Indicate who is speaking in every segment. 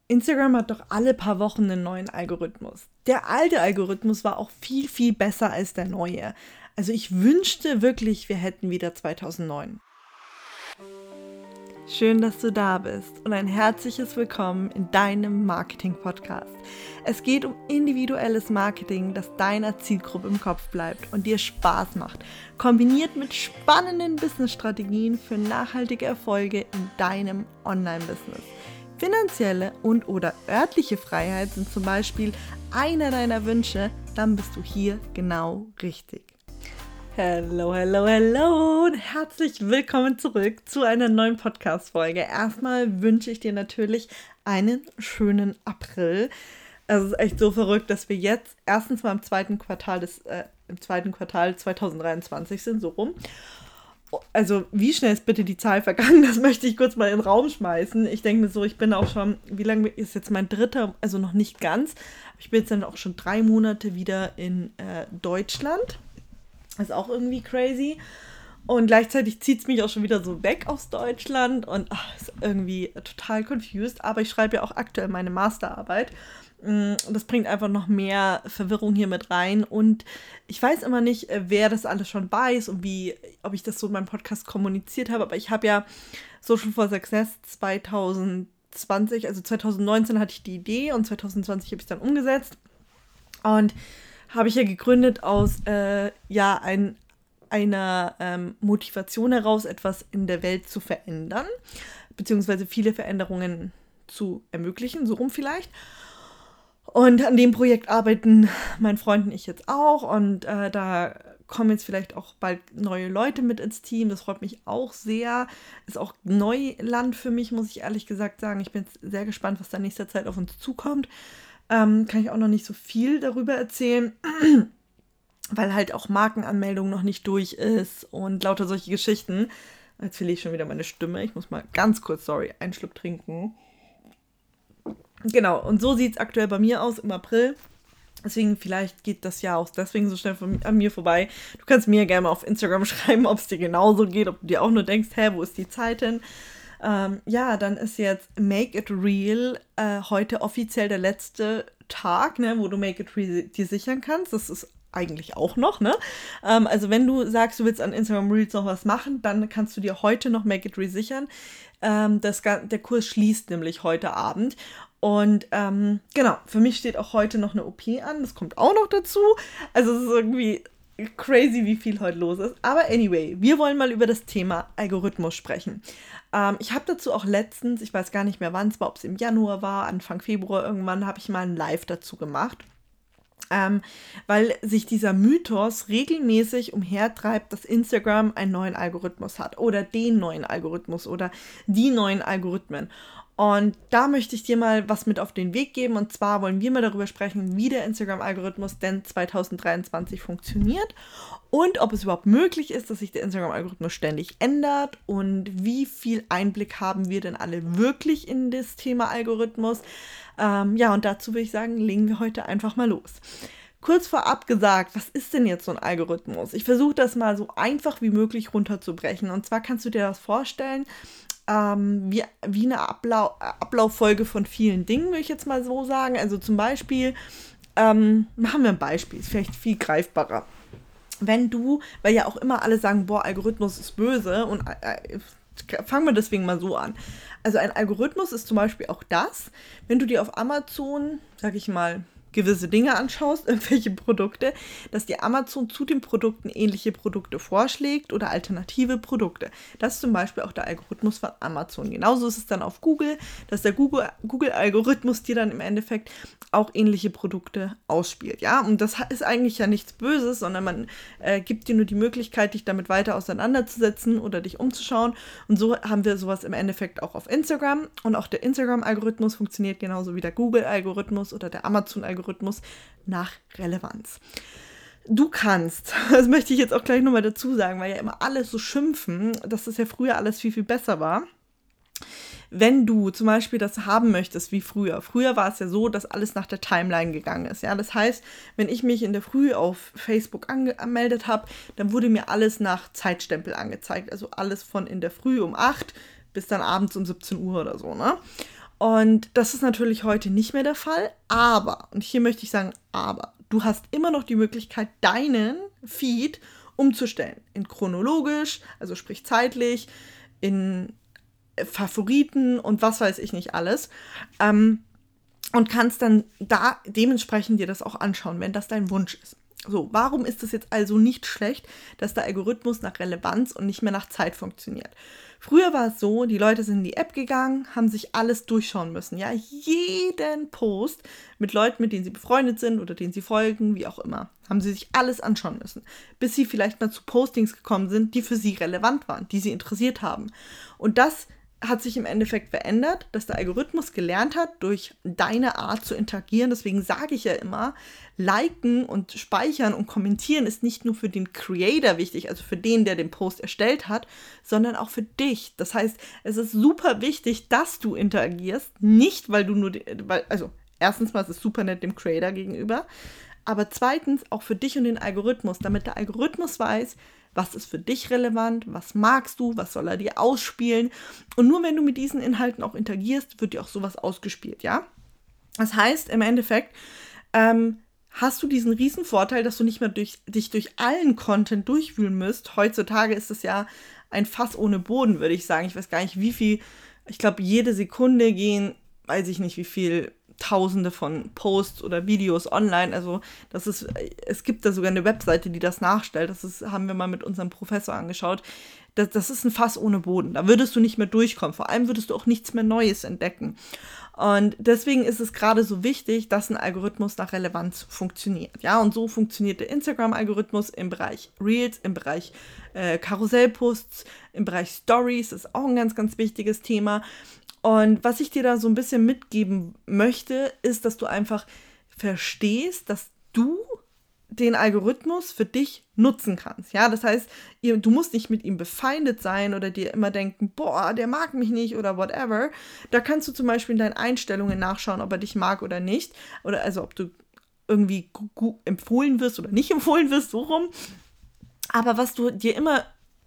Speaker 1: Instagram hat doch alle paar Wochen einen neuen Algorithmus. Der alte Algorithmus war auch viel, viel besser als der neue. Also ich wünschte wirklich, wir hätten wieder 2009. Schön, dass du da bist und ein herzliches Willkommen in deinem Marketing-Podcast. Es geht um individuelles Marketing, das deiner Zielgruppe im Kopf bleibt und dir Spaß macht, kombiniert mit spannenden Business-Strategien für nachhaltige Erfolge in deinem Online-Business. Finanzielle und/oder örtliche Freiheit sind zum Beispiel einer deiner Wünsche, dann bist du hier genau richtig. Hello, hello, hello und herzlich willkommen zurück zu einer neuen Podcast-Folge. Erstmal wünsche ich dir natürlich einen schönen April. Es ist echt so verrückt, dass wir jetzt erstens mal im zweiten Quartal 2023 sind, so rum. Also wie schnell ist bitte die Zahl vergangen, das möchte ich kurz mal in den Raum schmeißen. Ich denke mir so, ich bin auch schon, wie lange ist jetzt mein dritter, also noch nicht ganz, ich bin jetzt dann auch schon 3 Monate wieder in Deutschland. Das ist auch irgendwie crazy. Und gleichzeitig zieht es mich auch schon wieder so weg aus Deutschland und ist irgendwie total confused. Aber ich schreibe ja auch aktuell meine Masterarbeit. Das bringt einfach noch mehr Verwirrung hier mit rein. Und ich weiß immer nicht, wer das alles schon weiß und ob ich das so in meinem Podcast kommuniziert habe. Aber ich habe ja Social for Success 2020, also 2019 hatte ich die Idee und 2020 habe ich es dann umgesetzt. Und habe ich ja gegründet aus einer Motivation heraus, etwas in der Welt zu verändern, beziehungsweise viele Veränderungen zu ermöglichen, so rum vielleicht. Und an dem Projekt arbeiten mein Freund und ich jetzt auch und da kommen jetzt vielleicht auch bald neue Leute mit ins Team. Das freut mich auch sehr. Ist auch Neuland für mich, muss ich ehrlich gesagt sagen. Ich bin jetzt sehr gespannt, was da in nächster Zeit auf uns zukommt. Kann ich auch noch nicht so viel darüber erzählen, weil halt auch Markenanmeldung noch nicht durch ist und lauter solche Geschichten. Jetzt verliere ich schon wieder meine Stimme. Ich muss mal ganz kurz, einen Schluck trinken. Genau, und so sieht es aktuell bei mir aus im April. Deswegen, vielleicht geht das Jahr auch deswegen so schnell an mir vorbei. Du kannst mir gerne mal auf Instagram schreiben, ob es dir genauso geht, ob du dir auch nur denkst, wo ist die Zeit hin? Dann ist jetzt Make It Real heute offiziell der letzte Tag, ne, wo du Make It Real dir sichern kannst. Das ist eigentlich auch noch, ne? Also wenn du sagst, du willst an Instagram Reels noch was machen, dann kannst du dir heute noch Make It Real sichern. Der Kurs schließt nämlich heute Abend. Und für mich steht auch heute noch eine OP an. Das kommt auch noch dazu. Also es ist irgendwie crazy, wie viel heute los ist. Aber anyway, wir wollen mal über das Thema Algorithmus sprechen. Ich habe dazu auch letztens, ich weiß gar nicht mehr wann es war, ob es im Januar war, Anfang Februar irgendwann, habe ich mal ein Live dazu gemacht. Weil sich dieser Mythos regelmäßig umhertreibt, dass Instagram einen neuen Algorithmus hat oder den neuen Algorithmus oder die neuen Algorithmen. Und da möchte ich dir mal was mit auf den Weg geben. Und zwar wollen wir mal darüber sprechen, wie der Instagram-Algorithmus denn 2023 funktioniert und ob es überhaupt möglich ist, dass sich der Instagram-Algorithmus ständig ändert und wie viel Einblick haben wir denn alle wirklich in das Thema Algorithmus. Und dazu würde ich sagen, legen wir heute einfach mal los. Kurz vorab gesagt, was ist denn jetzt so ein Algorithmus? Ich versuche das mal so einfach wie möglich runterzubrechen. Und zwar kannst du dir das vorstellen, wie eine Ablauffolge von vielen Dingen, würde ich jetzt mal so sagen. Also zum Beispiel, machen wir ein Beispiel, ist vielleicht viel greifbarer. Wenn du, weil ja auch immer alle sagen, Algorithmus ist böse und fangen wir deswegen mal so an. Also ein Algorithmus ist zum Beispiel auch das, wenn du dir auf Amazon, sag ich mal, gewisse Dinge anschaust, irgendwelche Produkte, dass dir Amazon zu den Produkten ähnliche Produkte vorschlägt oder alternative Produkte. Das ist zum Beispiel auch der Algorithmus von Amazon. Genauso ist es dann auf Google, dass der Google-Algorithmus dir dann im Endeffekt auch ähnliche Produkte ausspielt. Ja? Und das ist eigentlich ja nichts Böses, sondern man gibt dir nur die Möglichkeit, dich damit weiter auseinanderzusetzen oder dich umzuschauen. Und so haben wir sowas im Endeffekt auch auf Instagram. Und auch der Instagram-Algorithmus funktioniert genauso wie der Google-Algorithmus oder der Amazon-Algorithmus nach Relevanz. Du kannst, das möchte ich jetzt auch gleich nochmal dazu sagen, weil ja immer alle so schimpfen, dass das ja früher alles viel, viel besser war. Wenn du zum Beispiel das haben möchtest wie früher. Früher war es ja so, dass alles nach der Timeline gegangen ist. Ja? Das heißt, wenn ich mich in der Früh auf Facebook angemeldet habe, dann wurde mir alles nach Zeitstempel angezeigt. Also alles von in der Früh um 8 bis dann abends um 17 Uhr oder so. Ne? Und das ist natürlich heute nicht mehr der Fall, aber, und hier möchte ich sagen, aber, du hast immer noch die Möglichkeit, deinen Feed umzustellen. In chronologisch, also sprich zeitlich, in Favoriten und was weiß ich nicht alles. Und kannst dann da dementsprechend dir das auch anschauen, wenn das dein Wunsch ist. So, warum ist es jetzt also nicht schlecht, dass der Algorithmus nach Relevanz und nicht mehr nach Zeit funktioniert? Früher war es so, die Leute sind in die App gegangen, haben sich alles durchschauen müssen. Ja, jeden Post mit Leuten, mit denen sie befreundet sind oder denen sie folgen, wie auch immer, haben sie sich alles anschauen müssen, bis sie vielleicht mal zu Postings gekommen sind, die für sie relevant waren, die sie interessiert haben. Und das hat sich im Endeffekt verändert, dass der Algorithmus gelernt hat, durch deine Art zu interagieren. Deswegen sage ich ja immer, liken und speichern und kommentieren ist nicht nur für den Creator wichtig, also für den, der den Post erstellt hat, sondern auch für dich. Das heißt, es ist super wichtig, dass du interagierst, nicht weil du nur, also erstens mal ist es super nett dem Creator gegenüber, aber zweitens auch für dich und den Algorithmus, damit der Algorithmus weiß, was ist für dich relevant, was magst du, was soll er dir ausspielen. Und nur wenn du mit diesen Inhalten auch interagierst, wird dir auch sowas ausgespielt, ja? Das heißt, im Endeffekt hast du diesen riesen Vorteil, dass du nicht mehr dich durch allen Content durchwühlen musst. Heutzutage ist es ja ein Fass ohne Boden, würde ich sagen. Ich weiß gar nicht, wie viel, ich glaube, jede Sekunde gehen, weiß ich nicht, wie viel Tausende von Posts oder Videos online, also es gibt da sogar eine Webseite, die das nachstellt, haben wir mal mit unserem Professor angeschaut, das ist ein Fass ohne Boden, da würdest du nicht mehr durchkommen, vor allem würdest du auch nichts mehr Neues entdecken und deswegen ist es gerade so wichtig, dass ein Algorithmus nach Relevanz funktioniert, ja, und so funktioniert der Instagram-Algorithmus im Bereich Reels, im Bereich Karussellposts, im Bereich Stories, ist auch ein ganz, ganz wichtiges Thema. Und was ich dir da so ein bisschen mitgeben möchte, ist, dass du einfach verstehst, dass du den Algorithmus für dich nutzen kannst. Ja, das heißt, du musst nicht mit ihm befeindet sein oder dir immer denken, boah, der mag mich nicht oder whatever. Da kannst du zum Beispiel in deinen Einstellungen nachschauen, ob er dich mag oder nicht. Oder also, ob du irgendwie empfohlen wirst oder nicht empfohlen wirst, so rum. Aber was du dir immer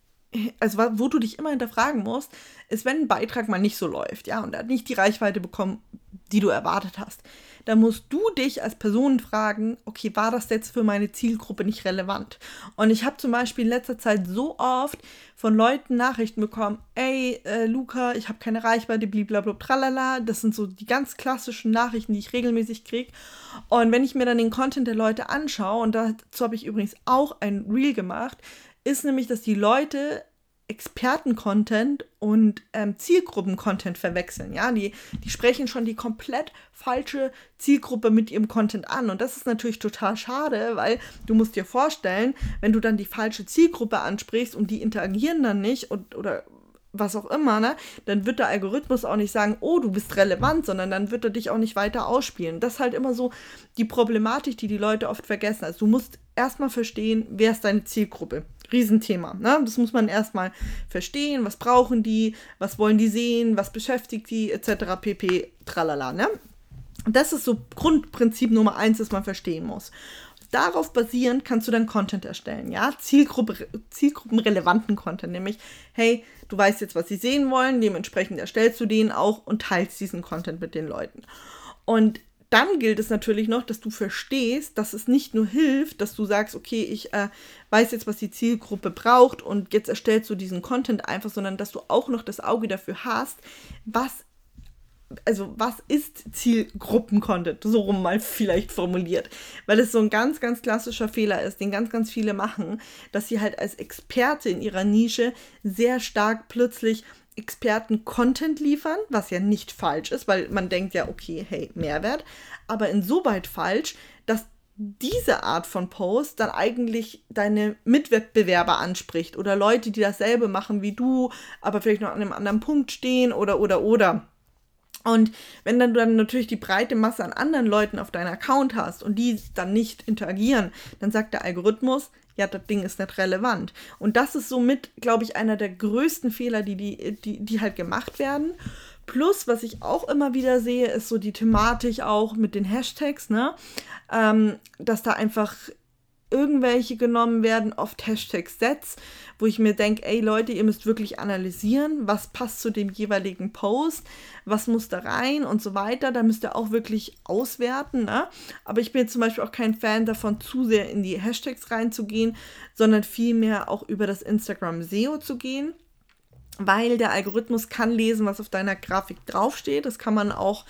Speaker 1: wo du dich immer hinterfragen musst, ist, wenn ein Beitrag mal nicht so läuft, ja, und er hat nicht die Reichweite bekommen, die du erwartet hast, dann musst du dich als Person fragen, okay, war das jetzt für meine Zielgruppe nicht relevant? Und ich habe zum Beispiel in letzter Zeit so oft von Leuten Nachrichten bekommen, ey, Luca, ich habe keine Reichweite, blablabla, tralala, das sind so die ganz klassischen Nachrichten, die ich regelmäßig kriege. Und wenn ich mir dann den Content der Leute anschaue, und dazu habe ich übrigens auch ein Reel gemacht, ist nämlich, dass die Leute Experten-Content und Zielgruppen-Content verwechseln. Ja? Die sprechen schon die komplett falsche Zielgruppe mit ihrem Content an. Und das ist natürlich total schade, weil du musst dir vorstellen, wenn du dann die falsche Zielgruppe ansprichst und die interagieren dann nicht oder was auch immer, ne, dann wird der Algorithmus auch nicht sagen, oh, du bist relevant, sondern dann wird er dich auch nicht weiter ausspielen. Das ist halt immer so die Problematik, die Leute oft vergessen. Also du musst erstmal verstehen, wer ist deine Zielgruppe. Riesenthema, ne? Das muss man erstmal verstehen, was brauchen die, was wollen die sehen, was beschäftigt die, etc. pp. Tralala, ne? Das ist so Grundprinzip Nummer 1, das man verstehen muss. Darauf basierend kannst du dann Content erstellen, ja, zielgruppenrelevanten Content, nämlich, hey, du weißt jetzt, was sie sehen wollen, dementsprechend erstellst du den auch und teilst diesen Content mit den Leuten. Und dann gilt es natürlich noch, dass du verstehst, dass es nicht nur hilft, dass du sagst, okay, ich weiß jetzt, was die Zielgruppe braucht und jetzt erstellst du diesen Content einfach, sondern dass du auch noch das Auge dafür hast, was ist Zielgruppen-Content? So rum mal vielleicht formuliert. Weil es so ein ganz, ganz klassischer Fehler ist, den ganz, ganz viele machen, dass sie halt als Experte in ihrer Nische sehr stark plötzlich Experten-Content liefern, was ja nicht falsch ist, weil man denkt ja, okay, hey, Mehrwert, aber insoweit falsch, dass diese Art von Post dann eigentlich deine Mitwettbewerber anspricht oder Leute, die dasselbe machen wie du, aber vielleicht noch an einem anderen Punkt stehen oder. Und wenn du dann natürlich die breite Masse an anderen Leuten auf deinem Account hast und die dann nicht interagieren, dann sagt der Algorithmus, ja, das Ding ist nicht relevant. Und das ist somit, glaube ich, einer der größten Fehler, die halt gemacht werden. Plus, was ich auch immer wieder sehe, ist so die Thematik auch mit den Hashtags, ne? Dass da einfach irgendwelche genommen werden, oft Hashtag-Sets, wo ich mir denke, ey Leute, ihr müsst wirklich analysieren, was passt zu dem jeweiligen Post, was muss da rein und so weiter. Da müsst ihr auch wirklich auswerten, ne? Aber ich bin jetzt zum Beispiel auch kein Fan davon, zu sehr in die Hashtags reinzugehen, sondern vielmehr auch über das Instagram SEO zu gehen, weil der Algorithmus kann lesen, was auf deiner Grafik draufsteht. Das kann man auch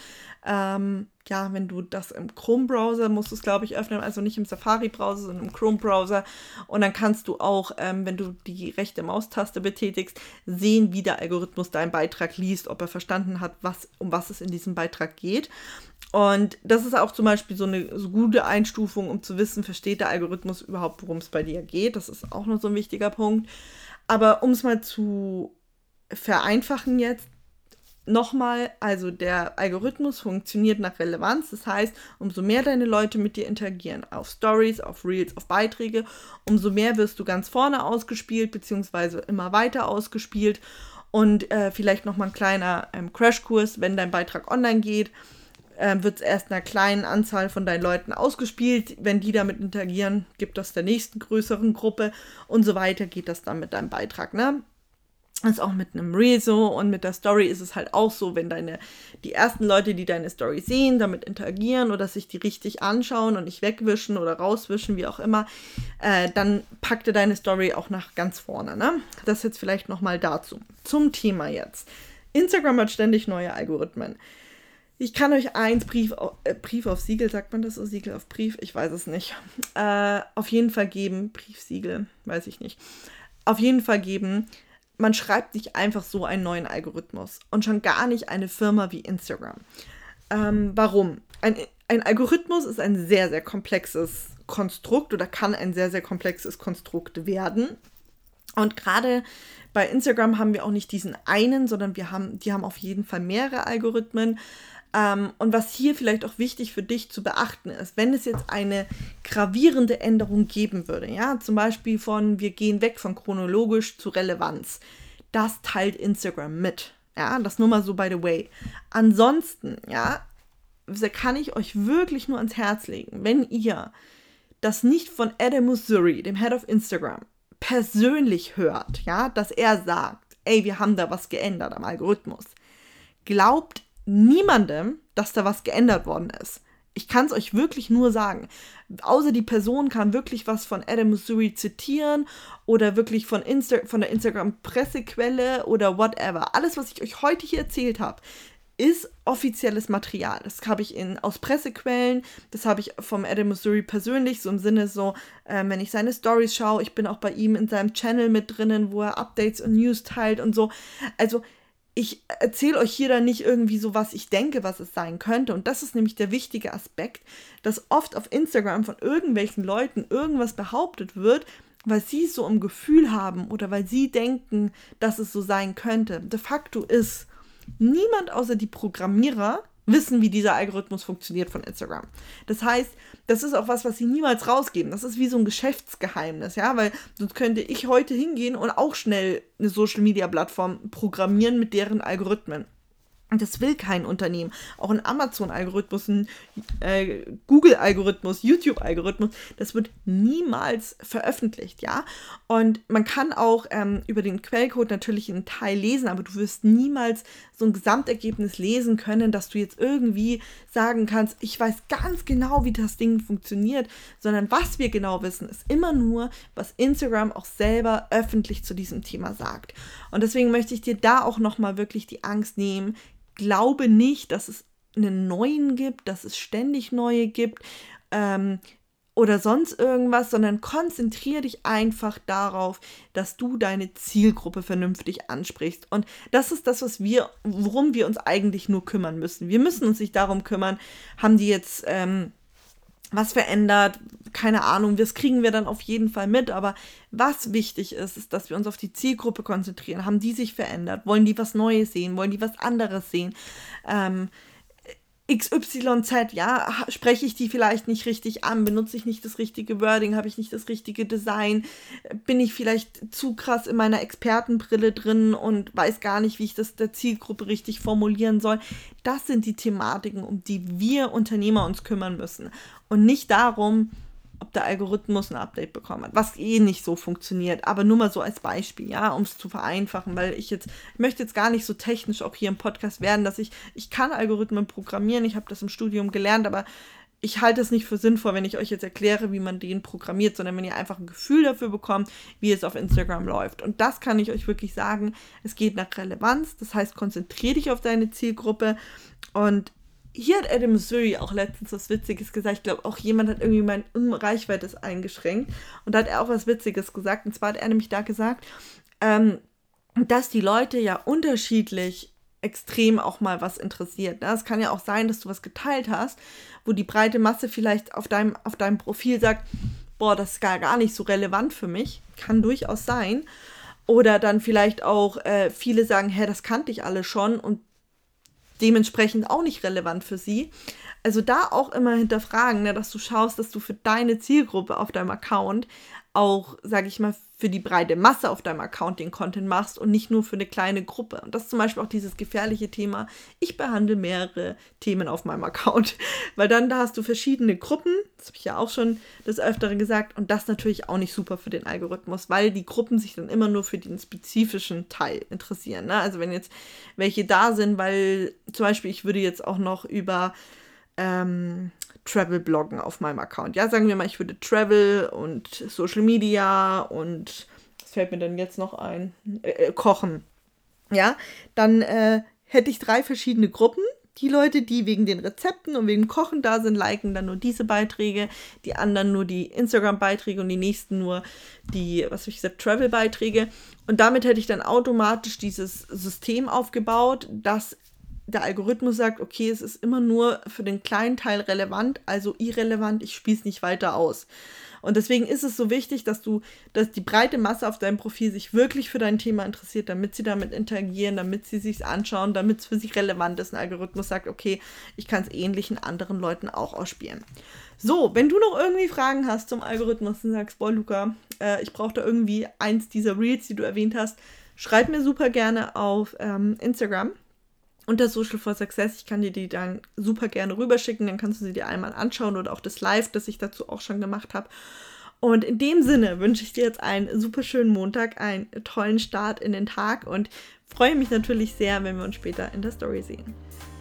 Speaker 1: wenn du das im Chrome-Browser, musst du es, glaube ich, öffnen, also nicht im Safari-Browser, sondern im Chrome-Browser. Und dann kannst du auch, wenn du die rechte Maustaste betätigst, sehen, wie der Algorithmus deinen Beitrag liest, ob er verstanden hat, um was es in diesem Beitrag geht. Und das ist auch zum Beispiel so eine so gute Einstufung, um zu wissen, versteht der Algorithmus überhaupt, worum es bei dir geht. Das ist auch noch so ein wichtiger Punkt. Aber um es mal zu vereinfachen jetzt, nochmal, also der Algorithmus funktioniert nach Relevanz, das heißt, umso mehr deine Leute mit dir interagieren, auf Stories, auf Reels, auf Beiträge, umso mehr wirst du ganz vorne ausgespielt, beziehungsweise immer weiter ausgespielt und vielleicht nochmal ein kleiner Crashkurs, wenn dein Beitrag online geht, wird es erst einer kleinen Anzahl von deinen Leuten ausgespielt, wenn die damit interagieren, gibt das der nächsten größeren Gruppe und so weiter geht das dann mit deinem Beitrag, ne? Das ist auch mit einem Reel so und mit der Story ist es halt auch so, wenn die ersten Leute, die deine Story sehen, damit interagieren oder sich die richtig anschauen und nicht wegwischen oder rauswischen, wie auch immer, dann packt ihr deine Story auch nach ganz vorne, ne? Das jetzt vielleicht nochmal dazu. Zum Thema jetzt. Instagram hat ständig neue Algorithmen. Ich kann euch Brief auf Siegel, sagt man das so, Siegel auf Brief? Ich weiß es nicht. Auf jeden Fall geben, Briefsiegel, weiß ich nicht. Auf jeden Fall geben, man schreibt nicht einfach so einen neuen Algorithmus und schon gar nicht eine Firma wie Instagram. Warum? Ein Algorithmus ist ein sehr, sehr komplexes Konstrukt oder kann ein sehr, sehr komplexes Konstrukt werden. Und gerade bei Instagram haben wir auch nicht diesen einen, sondern die haben auf jeden Fall mehrere Algorithmen. Und was hier vielleicht auch wichtig für dich zu beachten ist, wenn es jetzt eine gravierende Änderung geben würde, ja, zum Beispiel wir gehen weg von chronologisch zu Relevanz, das teilt Instagram mit, ja, das nur mal so by the way. Ansonsten, ja, kann ich euch wirklich nur ans Herz legen, wenn ihr das nicht von Adam Mosseri, dem Head of Instagram, persönlich hört, ja, dass er sagt, ey, wir haben da was geändert am Algorithmus, glaubt niemandem, dass da was geändert worden ist. Ich kann es euch wirklich nur sagen. Außer die Person kann wirklich was von Adam Mosseri zitieren oder wirklich von der Instagram-Pressequelle oder whatever. Alles, was ich euch heute hier erzählt habe, ist offizielles Material. Das habe ich aus Pressequellen, das habe ich vom Adam Mosseri persönlich, so im Sinne so, wenn ich seine Stories schaue, ich bin auch bei ihm in seinem Channel mit drinnen, wo er Updates und News teilt und so. Also ich erzähle euch hier dann nicht irgendwie so, was ich denke, was es sein könnte. Und das ist nämlich der wichtige Aspekt, dass oft auf Instagram von irgendwelchen Leuten irgendwas behauptet wird, weil sie es so im Gefühl haben oder weil sie denken, dass es so sein könnte. De facto ist, niemand außer die Programmierer wissen, wie dieser Algorithmus funktioniert von Instagram. Das heißt, das ist auch was sie niemals rausgeben. Das ist wie so ein Geschäftsgeheimnis, ja, weil sonst könnte ich heute hingehen und auch schnell eine Social-Media-Plattform programmieren mit deren Algorithmen. Und das will kein Unternehmen. Auch ein Amazon-Algorithmus, ein Google-Algorithmus, YouTube-Algorithmus, das wird niemals veröffentlicht, ja. Und man kann auch über den Quellcode natürlich einen Teil lesen, aber du wirst niemals so ein Gesamtergebnis lesen können, dass du jetzt irgendwie sagen kannst, ich weiß ganz genau, wie das Ding funktioniert, sondern was wir genau wissen, ist immer nur, was Instagram auch selber öffentlich zu diesem Thema sagt. Und deswegen möchte ich dir da auch nochmal wirklich die Angst nehmen. Glaube nicht, dass es einen neuen gibt, dass es ständig neue gibt oder sonst irgendwas, sondern konzentriere dich einfach darauf, dass du deine Zielgruppe vernünftig ansprichst. Und das ist das, worum wir uns eigentlich nur kümmern müssen. Wir müssen uns nicht darum kümmern, haben die jetzt was verändert, keine Ahnung, das kriegen wir dann auf jeden Fall mit, aber was wichtig ist, dass wir uns auf die Zielgruppe konzentrieren. Haben die sich verändert? Wollen die was Neues sehen? Wollen die was anderes sehen? XYZ, ja, spreche ich die vielleicht nicht richtig an? Benutze ich nicht das richtige Wording? Habe ich nicht das richtige Design? Bin ich vielleicht zu krass in meiner Expertenbrille drin und weiß gar nicht, wie ich das der Zielgruppe richtig formulieren soll? Das sind die Thematiken, um die wir Unternehmer uns kümmern müssen. Und nicht darum, ob der Algorithmus ein Update bekommen hat, was eh nicht so funktioniert, aber nur mal so als Beispiel, ja, um es zu vereinfachen, weil ich möchte jetzt gar nicht so technisch auch hier im Podcast werden, dass ich kann Algorithmen programmieren, ich habe das im Studium gelernt, aber ich halte es nicht für sinnvoll, wenn ich euch jetzt erkläre, wie man den programmiert, sondern wenn ihr einfach ein Gefühl dafür bekommt, wie es auf Instagram läuft. Und das kann ich euch wirklich sagen, es geht nach Relevanz, das heißt, konzentriere dich auf deine Zielgruppe. Und hier hat Adam Mosseri auch letztens was Witziges gesagt. Ich glaube, auch jemand hat irgendwie meine Reichweite eingeschränkt. Und da hat er auch was Witziges gesagt. Und zwar hat er nämlich da gesagt, dass die Leute ja unterschiedlich extrem auch mal was interessiert. Es kann ja auch sein, dass du was geteilt hast, wo die breite Masse vielleicht auf deinem Profil sagt, boah, das ist gar nicht so relevant für mich. Kann durchaus sein. Oder dann vielleicht auch viele sagen, das kannte ich alle schon und dementsprechend auch nicht relevant für sie. Also da auch immer hinterfragen, dass du schaust, dass du für deine Zielgruppe auf deinem Account auch, sage ich mal, für die breite Masse auf deinem Account den Content machst und nicht nur für eine kleine Gruppe. Und das ist zum Beispiel auch dieses gefährliche Thema, ich behandle mehrere Themen auf meinem Account, weil dann da hast du verschiedene Gruppen, das habe ich ja auch schon des Öfteren gesagt, und das natürlich auch nicht super für den Algorithmus, weil die Gruppen sich dann immer nur für den spezifischen Teil interessieren. Ne? Also wenn jetzt welche da sind, weil zum Beispiel ich würde jetzt auch noch über Travel-Bloggen auf meinem Account. Ja, sagen wir mal, ich würde Travel und Social Media und, was fällt mir denn jetzt noch ein? Kochen. Ja, dann hätte ich 3 verschiedene Gruppen. Die Leute, die wegen den Rezepten und wegen Kochen da sind, liken dann nur diese Beiträge, die anderen nur die Instagram-Beiträge und die nächsten nur die, was habe ich gesagt, Travel-Beiträge. Und damit hätte ich dann automatisch dieses System aufgebaut, dass der Algorithmus sagt, okay, es ist immer nur für den kleinen Teil relevant, also irrelevant, ich spiele es nicht weiter aus. Und deswegen ist es so wichtig, dass die breite Masse auf deinem Profil sich wirklich für dein Thema interessiert, damit sie damit interagieren, damit sie sich anschauen, damit es für sie relevant ist. Ein Algorithmus sagt, okay, ich kann es ähnlichen anderen Leuten auch ausspielen. So, wenn du noch irgendwie Fragen hast zum Algorithmus und sagst, boah, Luca, ich brauche da irgendwie eins dieser Reels, die du erwähnt hast, schreib mir super gerne auf Instagram. Unter Social for Success, ich kann dir die dann super gerne rüberschicken, dann kannst du sie dir einmal anschauen oder auch das Live, das ich dazu auch schon gemacht habe. Und in dem Sinne wünsche ich dir jetzt einen super schönen Montag, einen tollen Start in den Tag und freue mich natürlich sehr, wenn wir uns später in der Story sehen.